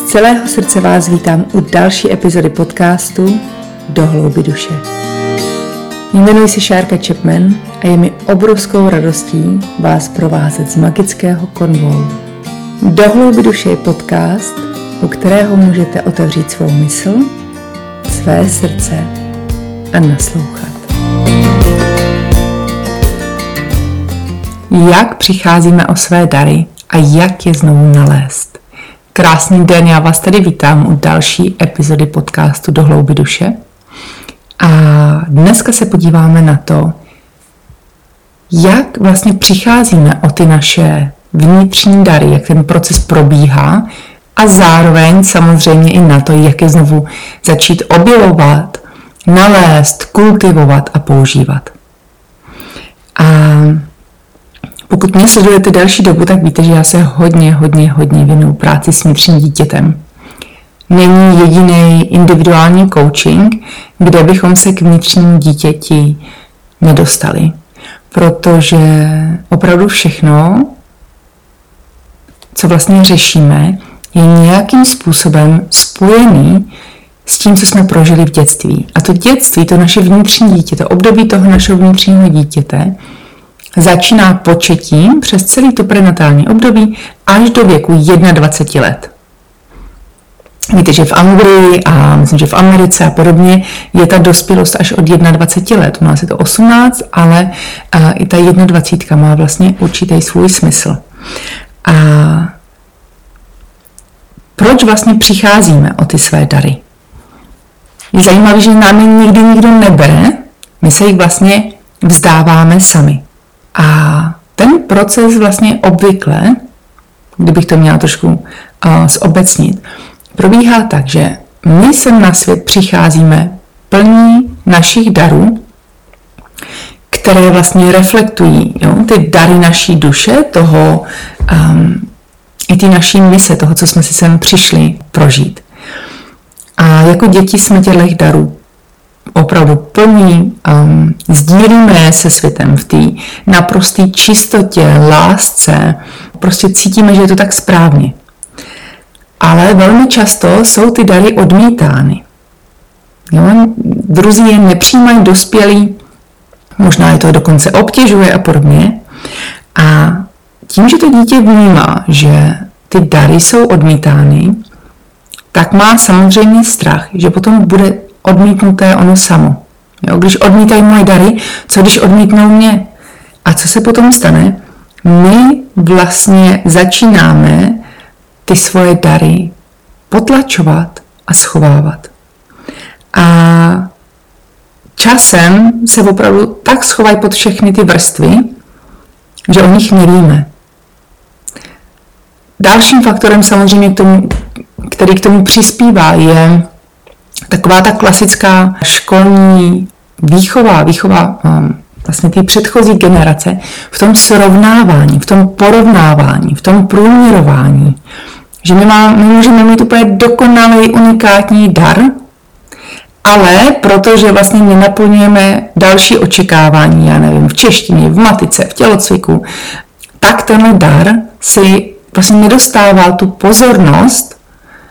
celého srdce vás vítám u další epizody podcastu Do hloubi duše. Jmenuji se Šárka Chapman a je mi obrovskou radostí vás provázet z magického Cornwallu. Do hloubi duše je podcast, u kterého můžete otevřít svou mysl, své srdce a naslouchat. Jak přicházíme o své dary a jak je znovu nalézt? Krásný den, já vás tady vítám u další epizody podcastu Do hloubi duše. A dneska se podíváme na to, jak vlastně přicházíme o ty naše vnitřní dary, jak ten proces probíhá a zároveň samozřejmě i na to, jak je znovu začít objevovat, nalézt, kultivovat a používat. A pokud mě sledujete delší dobu, tak víte, že já se hodně věnuju práci s vnitřním dítětem. Není jediný individuální coaching, kde bychom se k vnitřnímu dítěti nedostali. Protože opravdu všechno, co vlastně řešíme, je nějakým způsobem spojený s tím, co jsme prožili v dětství. A to dětství, to naše vnitřní dítě, to období toho našeho vnitřního dítěte, začíná početím přes celý to prenatální období až do věku 21 let. Víte, že v Anglii a myslím, že v Americe a podobně je ta dospělost až od 21 let. U nás je to 18, ale i ta 21 má vlastně určitý svůj smysl. A proč vlastně přicházíme o ty své dary? Je zajímavé, že nám je nikdy nikdo nebere, my se jich vlastně vzdáváme sami. A ten proces vlastně obvykle, kdybych to měla trošku zobecnit, probíhá tak, že my sem na svět přicházíme plní našich darů, které vlastně reflektují ty dary naší duše, toho i ty naší mise, toho, co jsme si sem přišli prožít. A jako děti jsme těchto darů opravdu plní, sdílíme se světem v té naprosté čistotě, lásce, prostě cítíme, že je to tak správně. Ale velmi často jsou ty dary odmítány. Druzí je nepřijímají dospělí, možná je to dokonce obtěžuje a podobně. A tím, že to dítě vnímá, že ty dary jsou odmítány, tak má samozřejmě strach, že potom bude odmítnuté ono samo. Když odmítají moje dary, co když odmítnou mě? A co se potom stane? My vlastně začínáme ty svoje dary potlačovat a schovávat. A časem se opravdu tak schovají pod všechny ty vrstvy, že o nich nevíme. Dalším faktorem samozřejmě, který k tomu přispívá, je taková ta klasická školní výchova vlastně ty předchozí generace v tom srovnávání, v tom porovnávání, v tom průměrování. Že my můžeme mít úplně dokonalý, unikátní dar, ale protože vlastně nenaplňujeme další očekávání, já nevím, v češtině, v matice, v tělocviku, tak tenhle dar si vlastně nedostává tu pozornost,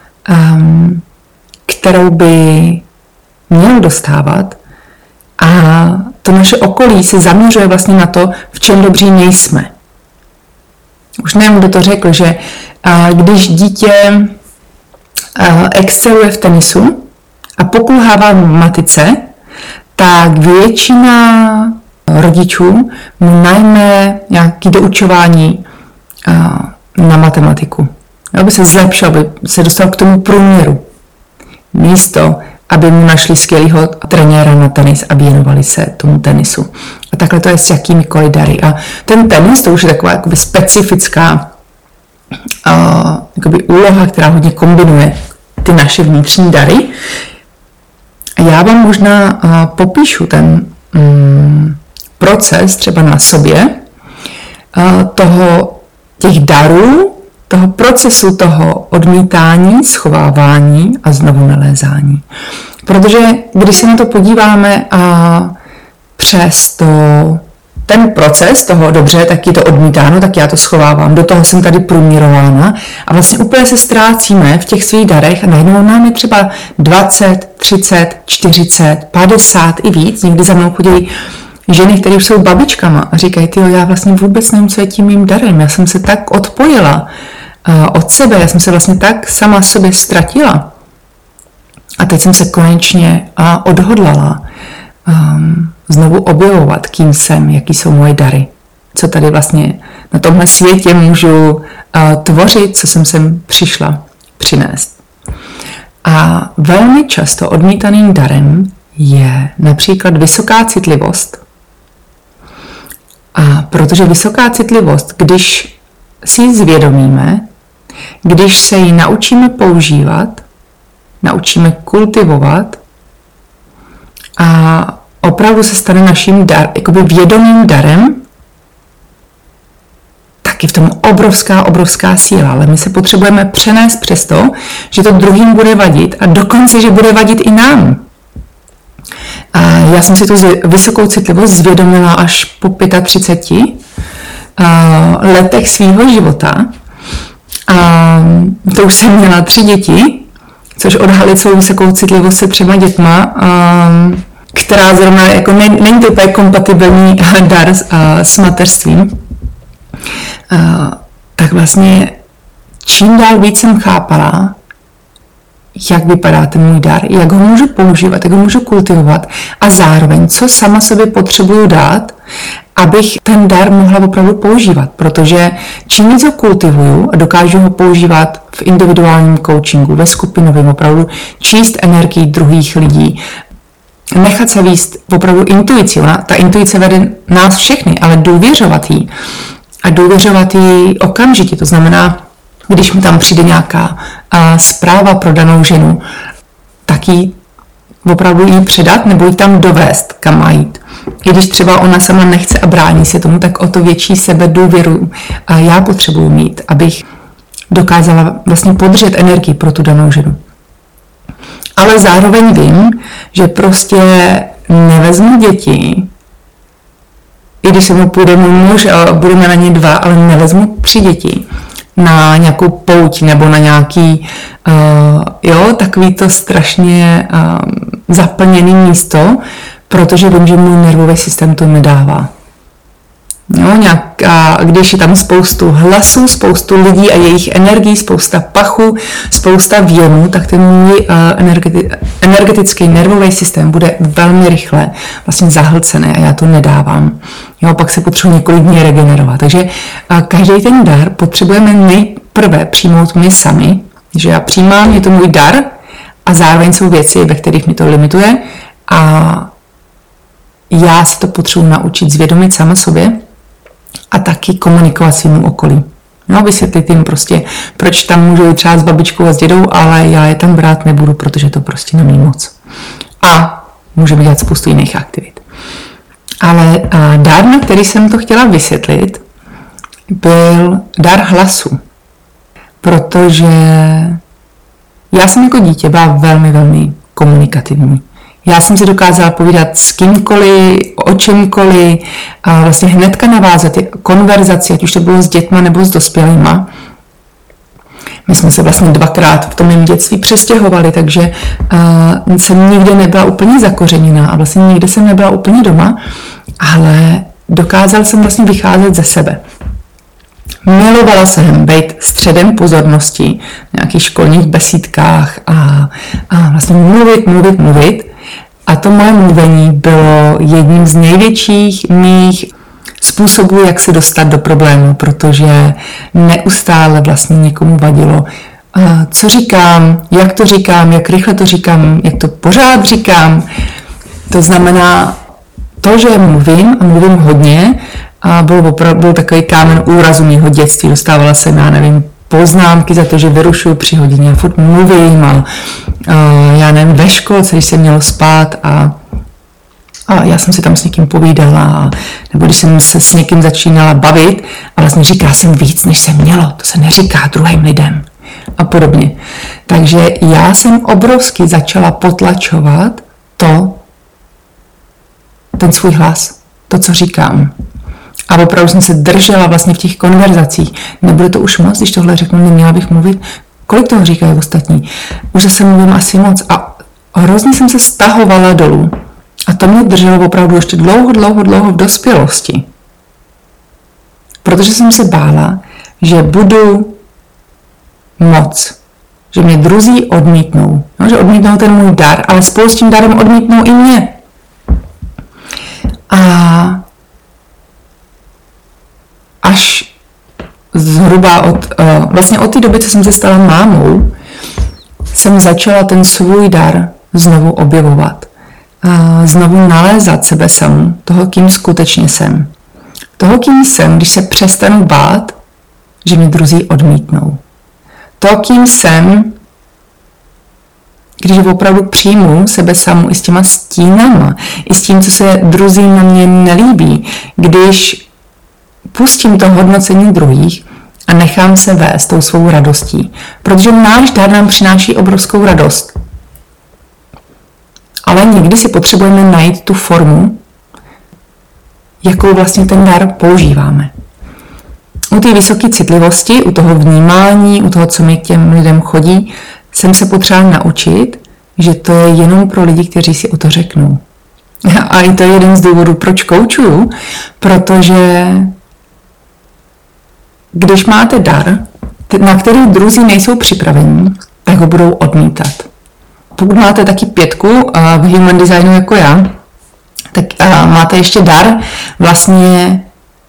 kterou by měl dostávat, a to naše okolí se zaměřuje vlastně na to, v čem dobří nejsme. Už nevím, kdo to řekl, že když dítě exceluje v tenisu a pokulhává v matice, tak většina rodičů mu najme nějaké doučování na matematiku. Aby se zlepšil, aby se dostal k tomu průměru. Místo, aby mu našli skvělého trenéra na tenis a věnovali se tomu tenisu. A takhle to je s jakýmikoliv dary. A ten tenis, to už je taková jakoby specifická jakoby úloha, která hodně kombinuje ty naše vnitřní dary. A já vám možná popíšu ten proces třeba na sobě těch darů, toho procesu, toho odmítání, schovávání a znovu nalézání. Protože když se na to podíváme a přes to ten proces toho, dobře, tak je to odmítáno, tak já to schovávám, do toho jsem tady průměrována a vlastně úplně se ztrácíme v těch svých darech a najednou nám je třeba 20, 30, 40, 50 i víc. Někdy za mnou chodí ženy, které už jsou babičkama a říkají, tyjo, já vlastně vůbec nevím, co je tím mým darem, já jsem se tak odpojila od sebe, já jsem se vlastně tak sama sobě ztratila. A teď jsem se konečně odhodlala znovu objevovat, kým jsem, jaký jsou moje dary, co tady vlastně na tomhle světě můžu tvořit, co jsem sem přišla přinést. A velmi často odmítaným darem je například vysoká citlivost. A protože vysoká citlivost, když si ji zvědomíme, když se ji naučíme používat, naučíme kultivovat a opravdu se stane naším jakoby vědomým darem, tak je v tom obrovská síla, ale my se potřebujeme přenést přes to, že to druhým bude vadit a dokonce, že bude vadit i nám. A já jsem si tu vysokou citlivost zvědomila až po 35 letech svýho života. A to už jsem měla 3 děti, což odhalit svou vysokou citlivost se 3 dětma, která zrovna jako není to úplně kompatibilní dar s mateřstvím. Tak vlastně čím dál víc jsem chápala, jak vypadá ten můj dar, jak ho můžu používat, jak ho můžu kultivovat a zároveň, co sama sobě potřebuju dát, abych ten dar mohla opravdu používat, protože čím víc ho kultivuju a dokážu ho používat v individuálním coachingu, ve skupinovém, opravdu číst energii druhých lidí, nechat se vést opravdu intuici. Ta intuice vede nás všechny, ale důvěřovat jí. A důvěřovat jí okamžitě, to znamená, když mi tam přijde nějaká zpráva pro danou ženu, tak jí opravdu jí předat nebo jí tam dovést, kam má jít. I když třeba ona sama nechce a brání se tomu, tak o to větší sebedůvěru a já potřebuji mít, abych dokázala vlastně podržet energii pro tu danou ženu. Ale zároveň vím, že prostě nevezmu děti, i když se mu půjde můj muž a budeme na ně 2, ale nevezmu 3 děti na nějakou pouť nebo na nějaký takový to strašně zaplněný místo, protože vím, že můj nervový systém to nedává. Když je tam spoustu hlasů, spoustu lidí a jejich energií, spousta pachu, spousta věmu, tak ten můj energetický nervový systém bude velmi rychle vlastně zahlcený a já to nedávám. Pak se potřebuji několik dní regenerovat. Takže každý ten dar potřebujeme nejprve přijmout my sami, že já přijímám, je to můj dar a zároveň jsou věci, ve kterých mi to limituje a já se to potřebuji naučit zvědomit sama sobě a taky komunikovat svému okolí. Vysvětlit jim prostě, proč tam můžu jít třeba s babičkou a s dědou, ale já je tam brát nebudu, protože to prostě není moc. A můžeme dělat spoustu jiných aktivit. Ale dar, na který jsem to chtěla vysvětlit, byl dar hlasu. Protože já jsem jako dítě byla velmi, velmi komunikativní. Já jsem si dokázala povídat s kýmkoliv, o čemkoliv, a vlastně hnedka navázat konverzaci, ať už to bylo s dětma nebo s dospělýma. My jsme se vlastně 2krát v tom mém dětství přestěhovali, takže jsem nikde nebyla úplně zakořeněná a vlastně nikde jsem nebyla úplně doma, ale dokázala jsem vlastně vycházet ze sebe. Milovala jsem být středem pozornosti v nějakých školních besídkách a vlastně mluvit. A to moje mluvení bylo jedním z největších mých způsobů, jak se dostat do problému, protože neustále vlastně někomu vadilo, co říkám, jak rychle to říkám, jak to pořád říkám. To znamená, to, že mluvím a mluvím hodně, a byl takový kámen úrazu mého dětství. Dostávala jsem, poznámky za to, že vyrušuju při hodině a furt mluvím a ve školce, když jsem měla spát a já jsem si tam s někým povídala, nebo když jsem se s někým začínala bavit a vlastně říkala jsem víc, než jsem měla. To se neříká druhým lidem a podobně. Takže já jsem obrovsky začala potlačovat ten svůj hlas, to, co říkám. A opravdu jsem se držela vlastně v těch konverzacích. Nebude to už moc, když tohle řeknu, neměla bych mluvit. Kolik toho říkají ostatní? Už zase mluvím asi moc. A hrozně jsem se stahovala dolů. A to mě drželo opravdu ještě dlouho v dospělosti. Protože jsem se bála, že budu moc. Že mě druzí odmítnou. No, že odmítnou ten můj dar, ale spolu s tím darem odmítnou i mě. A až zhruba vlastně od té doby, co jsem se stala mámou, jsem začala ten svůj dar znovu objevovat. Znovu nalézat sebe samu, toho, kým skutečně jsem. Toho, kým jsem, když se přestanu bát, že mě druzí odmítnou. To, kým jsem, když opravdu přijmu sebe samu i s těma stínama, i s tím, co se druzím na mě nelíbí, když pustím to hodnocení druhých a nechám se vést tou svou radostí. Protože náš dar nám přináší obrovskou radost. Ale někdy si potřebujeme najít tu formu, jakou vlastně ten dar používáme. U té vysoké citlivosti, u toho vnímání, u toho, co mi k těm lidem chodí, jsem se potřeba naučit, že to je jenom pro lidi, kteří si o to řeknou. A i to je jeden z důvodů, proč koučuju, protože když máte dar, na který druzí nejsou připraveni, tak ho budou odmítat. Pokud máte taky 5 v human designu jako já, tak máte ještě dar vlastně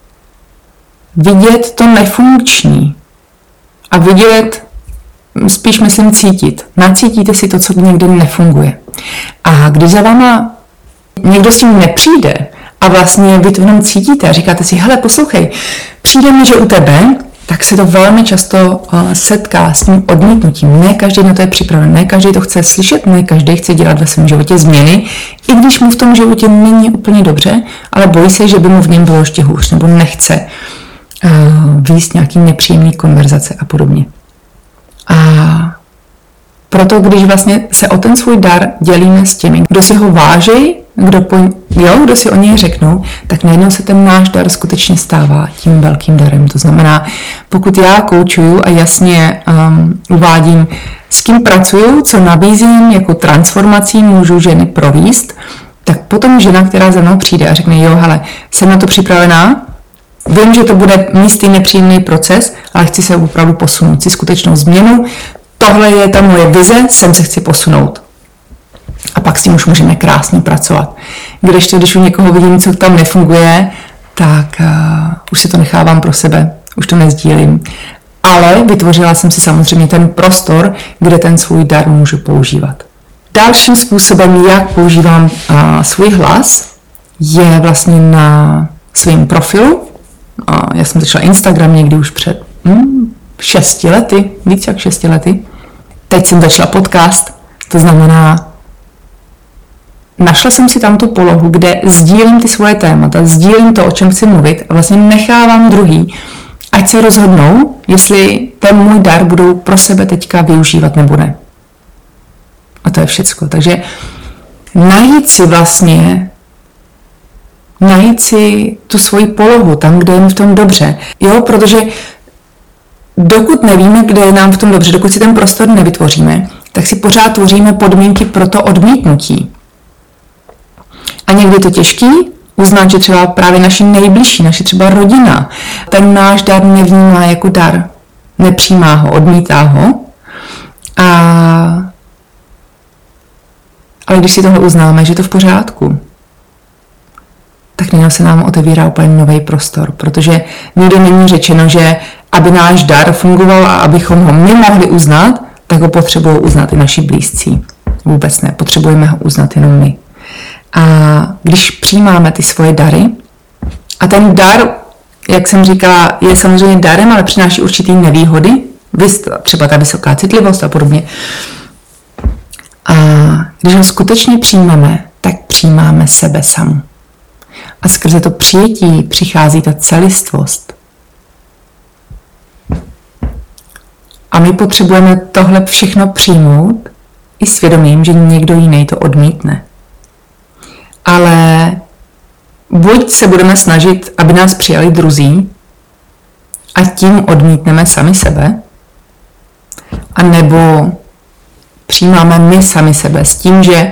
vidět to nefunkční a vidět, spíš myslím cítit. Nacítíte si to, co někde nefunguje. A když za váma někdo s tím nepřijde a vlastně vy to jenom cítíte a říkáte si, hele, poslouchej, přijde mi, že u tebe, tak se to velmi často setká s tím odmítnutím. Ne každý na to je připraven, ne každý to chce slyšet, ne každý chce dělat ve svém životě změny, i když mu v tom životě není úplně dobře, ale bojí se, že by mu v něm bylo ještě hůř, nebo nechce vést nějaký nepříjemný konverzace a podobně. A proto, když vlastně se o ten svůj dar dělíme s těmi, kdo si ho váží, kdo si o něj řeknou, tak najednou se ten náš dar skutečně stává tím velkým darem. To znamená, pokud já koučuju a jasně uvádím, s kým pracuju, co nabízím, jako transformací můžu ženy provést, tak potom žena, která za mnou přijde a řekne, jo, hele, jsem na to připravená, vím, že to bude místy nepříjemný proces, ale chci se opravdu posunout, chci skutečnou změnu, tohle je ta moje vize, sem se chci posunout. A pak s tím už můžeme krásně pracovat. Když u někoho vidím, co tam nefunguje, tak už si to nechávám pro sebe, už to nezdílím. Ale vytvořila jsem si samozřejmě ten prostor, kde ten svůj dar můžu používat. Dalším způsobem, jak používám svůj hlas, je vlastně na svém profilu. Já jsem začala Instagram někdy už před 6 lety, víc jak 6 lety. Teď jsem začala podcast, to znamená, našla jsem si tam tu polohu, kde sdílím ty svoje témata, sdílím to, o čem chci mluvit a vlastně nechávám druhý, ať se rozhodnou, jestli ten můj dar budou pro sebe teďka využívat nebo ne. A to je všecko. Takže najít si tu svoji polohu tam, kde je mi v tom dobře. Jo, protože dokud nevíme, kde je nám v tom dobře, dokud si ten prostor nevytvoříme, tak si pořád tvoříme podmínky pro to odmítnutí. A někdy je to těžký uznat, že třeba právě naši nejbližší, naše třeba rodina, ten náš dar nevnímá jako dar. Nepřijímá ho, odmítá ho. Ale když si toho uznáme, že je to v pořádku, tak najednou se nám otevírá úplně nový prostor, protože nikdy není řečeno, že aby náš dar fungoval a abychom ho my mohli uznat, tak ho potřebují uznat i naši blízcí. Vůbec ne, potřebujeme ho uznat jenom my. A když přijímáme ty svoje dary, a ten dar, jak jsem říkala, je samozřejmě darem, ale přináší určitý nevýhody, třeba ta vysoká citlivost a podobně. A když ho skutečně přijímáme, tak přijímáme sebe samu. A skrze to přijetí přichází ta celistvost. A my potřebujeme tohle všechno přijmout i svědomím, že někdo jiný to odmítne. Ale buď se budeme snažit, aby nás přijali druzí a tím odmítneme sami sebe, a nebo přijímáme my sami sebe s tím, že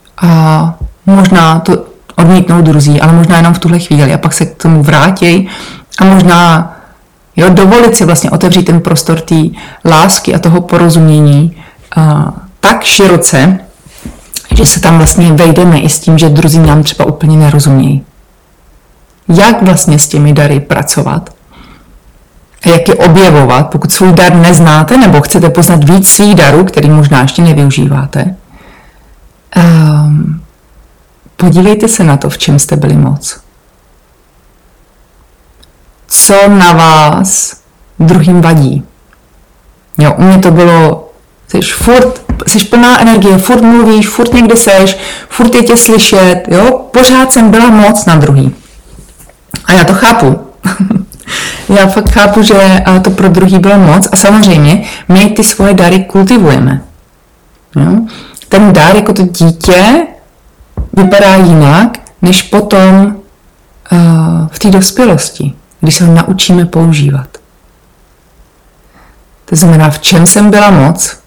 možná to odmítnou druzí, ale možná jenom v tuhle chvíli a pak se k tomu vrátí a možná dovolit si vlastně otevřít ten prostor té lásky a toho porozumění tak široce, že se tam vlastně vejdeme i s tím, že druzí nám třeba úplně nerozumějí. Jak vlastně s těmi dary pracovat? A jak je objevovat, pokud svůj dar neznáte nebo chcete poznat víc svých darů, který možná ještě nevyužíváte. Podívejte se na to, v čem jste byli moc. Co na vás druhým vadí. U mě to bylo, jsi plná energie, furt mluvíš, furt někde seš, furt je tě slyšet, pořád jsem byla moc na druhý. A já to chápu. Já fakt chápu, že to pro druhý bylo moc a samozřejmě my ty svoje dary kultivujeme. Ten dar jako to dítě vypadá jinak, než potom v té dospělosti, když se ho naučíme používat. To znamená, v čem jsem byla moc,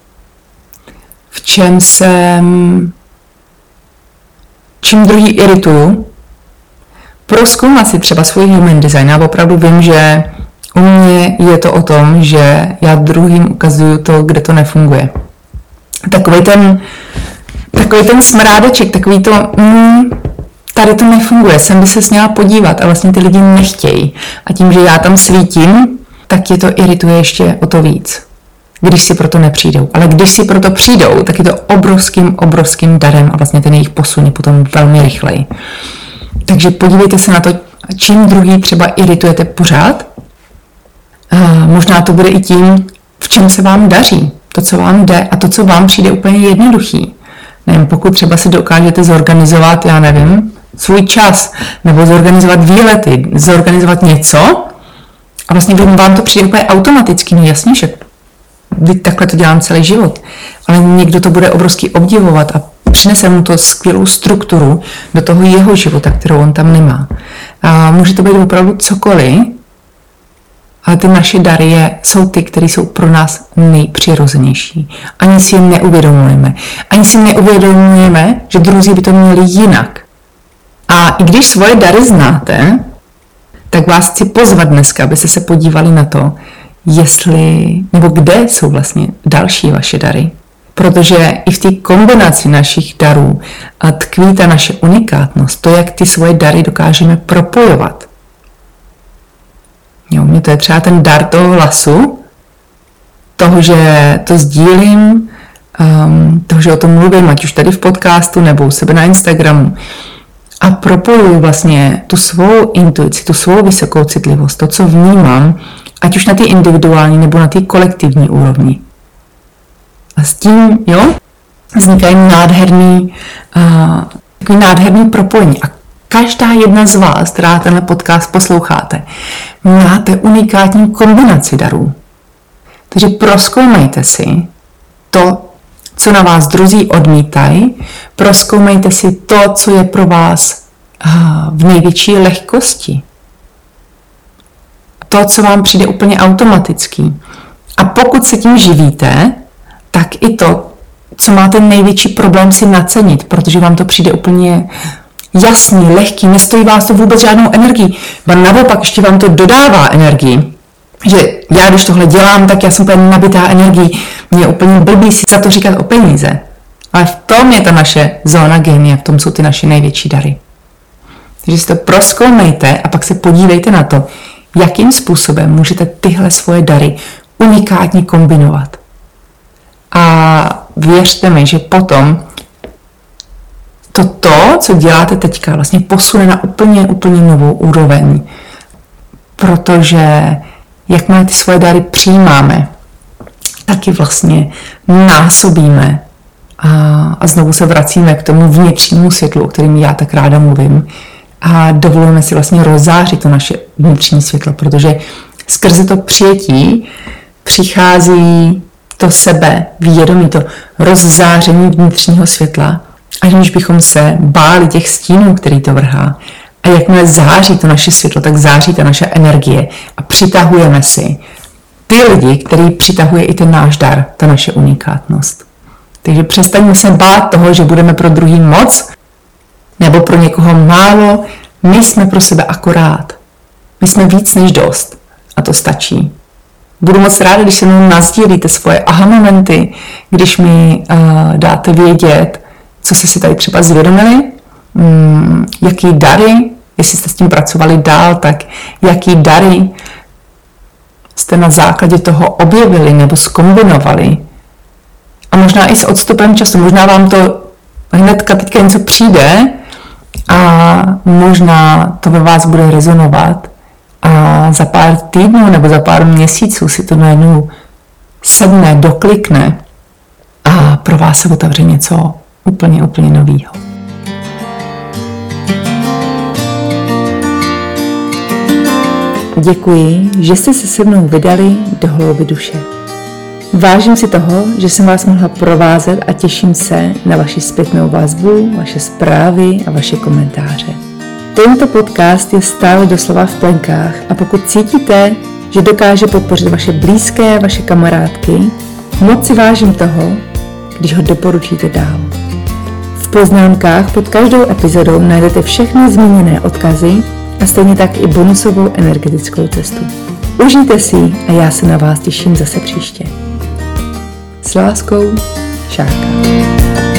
čím druhý irituju, prozkoumat si třeba svůj human design. Já opravdu vím, že u mě je to o tom, že já druhým ukazuju to, kde to nefunguje. Takový ten smrádeček, takový to, tady to nefunguje, sem by se směla podívat a vlastně ty lidi nechtějí. A tím, že já tam svítím, tak je to irituje ještě o to víc, když si proto nepřijdou. Ale když si proto přijdou, tak je to obrovským darem a vlastně ten jejich posun je potom velmi rychlej. Takže podívejte se na to, čím druhý třeba iritujete pořád. Možná to bude i tím, v čem se vám daří, to, co vám jde a to, co vám přijde úplně jednoduchý. Nevím, pokud třeba si dokážete zorganizovat, svůj čas, nebo zorganizovat výlety, zorganizovat něco a vlastně vám to přijde úplně automaticky, jasně, že takhle to dělám celý život. Ale někdo to bude obrovsky obdivovat a přinese mu to skvělou strukturu do toho jeho života, kterou on tam nemá. A může to být opravdu cokoliv, ale ty naše dary jsou ty, které jsou pro nás nejpřirozenější. Ani si je neuvědomujeme. Ani si neuvědomujeme, že druzí by to měli jinak. A i když svoje dary znáte, tak vás chci pozvat dneska, abyste se podívali na to, nebo kde jsou vlastně další vaše dary. Protože i v té kombinaci našich darů tkví ta naše unikátnost, to, jak ty svoje dary dokážeme propojovat. Mně to je třeba ten dar toho hlasu, toho, že to sdílím, toho, že o tom mluvím, ať už tady v podcastu nebo u sebe na Instagramu. A propojuji vlastně tu svou intuici, tu svou vysokou citlivost, to, co vnímám, ať už na té individuální nebo na té kolektivní úrovni. A s tím, vznikají nádherný propojení. A každá jedna z vás, která tenhle podcast posloucháte, máte unikátní kombinaci darů. Takže prozkoumejte si to, co na vás druzí odmítají, prozkoumejte si to, co je pro vás v největší lehkosti. To, co vám přijde úplně automatický. A pokud se tím živíte, tak i to, co máte největší problém si nacenit, protože vám to přijde úplně jasný, lehký, nestojí vás to vůbec žádnou energii. A naopak ještě vám to dodává energii. Že já, když tohle dělám, tak já jsem úplně nabitá energií. Mě je úplně blbý si za to říkat o peníze. Ale v tom je ta naše zóna génie, v tom jsou ty naše největší dary. Takže si to prozkoumejte a pak se podívejte na to, jakým způsobem můžete tyhle svoje dary unikátně kombinovat. A věřte mi, že potom to, co děláte teďka, vlastně posune na úplně novou úroveň. Protože jakmile ty svoje dary přijímáme, taky vlastně násobíme a znovu se vracíme k tomu vnitřnímu světlu, o kterém já tak ráda mluvím, a dovolujeme si vlastně rozzářit to naše vnitřní světlo, protože skrze to přijetí přichází to sebevědomí, to rozzáření vnitřního světla, aniž bychom se báli těch stínů, který to vrhá. A jakmile září to naše světlo, tak září ta naše energie a přitahujeme si ty lidi, který přitahuje i ten náš dar, ta naše unikátnost. Takže přestaňme se bát toho, že budeme pro druhý moc nebo pro někoho málo. My jsme pro sebe akorát. My jsme víc než dost. A to stačí. Budu moc ráda, když se mnou nasdílíte svoje aha momenty, když mi dáte vědět, co jste si tady třeba zvědomili, jaký dary, jestli jste s tím pracovali dál, tak jaký dary jste na základě toho objevili nebo zkombinovali. A možná i s odstupem času, možná vám to hnedka teďka něco přijde a možná to ve vás bude rezonovat a za pár týdnů nebo za pár měsíců si to najednou sedne, doklikne a pro vás se otevře něco úplně novýho. Děkuji, že jste se se mnou vydali do hloubi duše. Vážím si toho, že jsem vás mohla provázet a těším se na vaši zpětnou vazbu, vaše zprávy a vaše komentáře. Tento podcast je stále doslova v plenkách a pokud cítíte, že dokáže podpořit vaše blízké, vaše kamarádky, moc si vážím toho, když ho doporučíte dál. V poznámkách pod každou epizodou najdete všechny zmíněné odkazy a stejně tak i bonusovou energetickou cestu. Užijte si a já se na vás těším zase příště. S láskou, Šárka.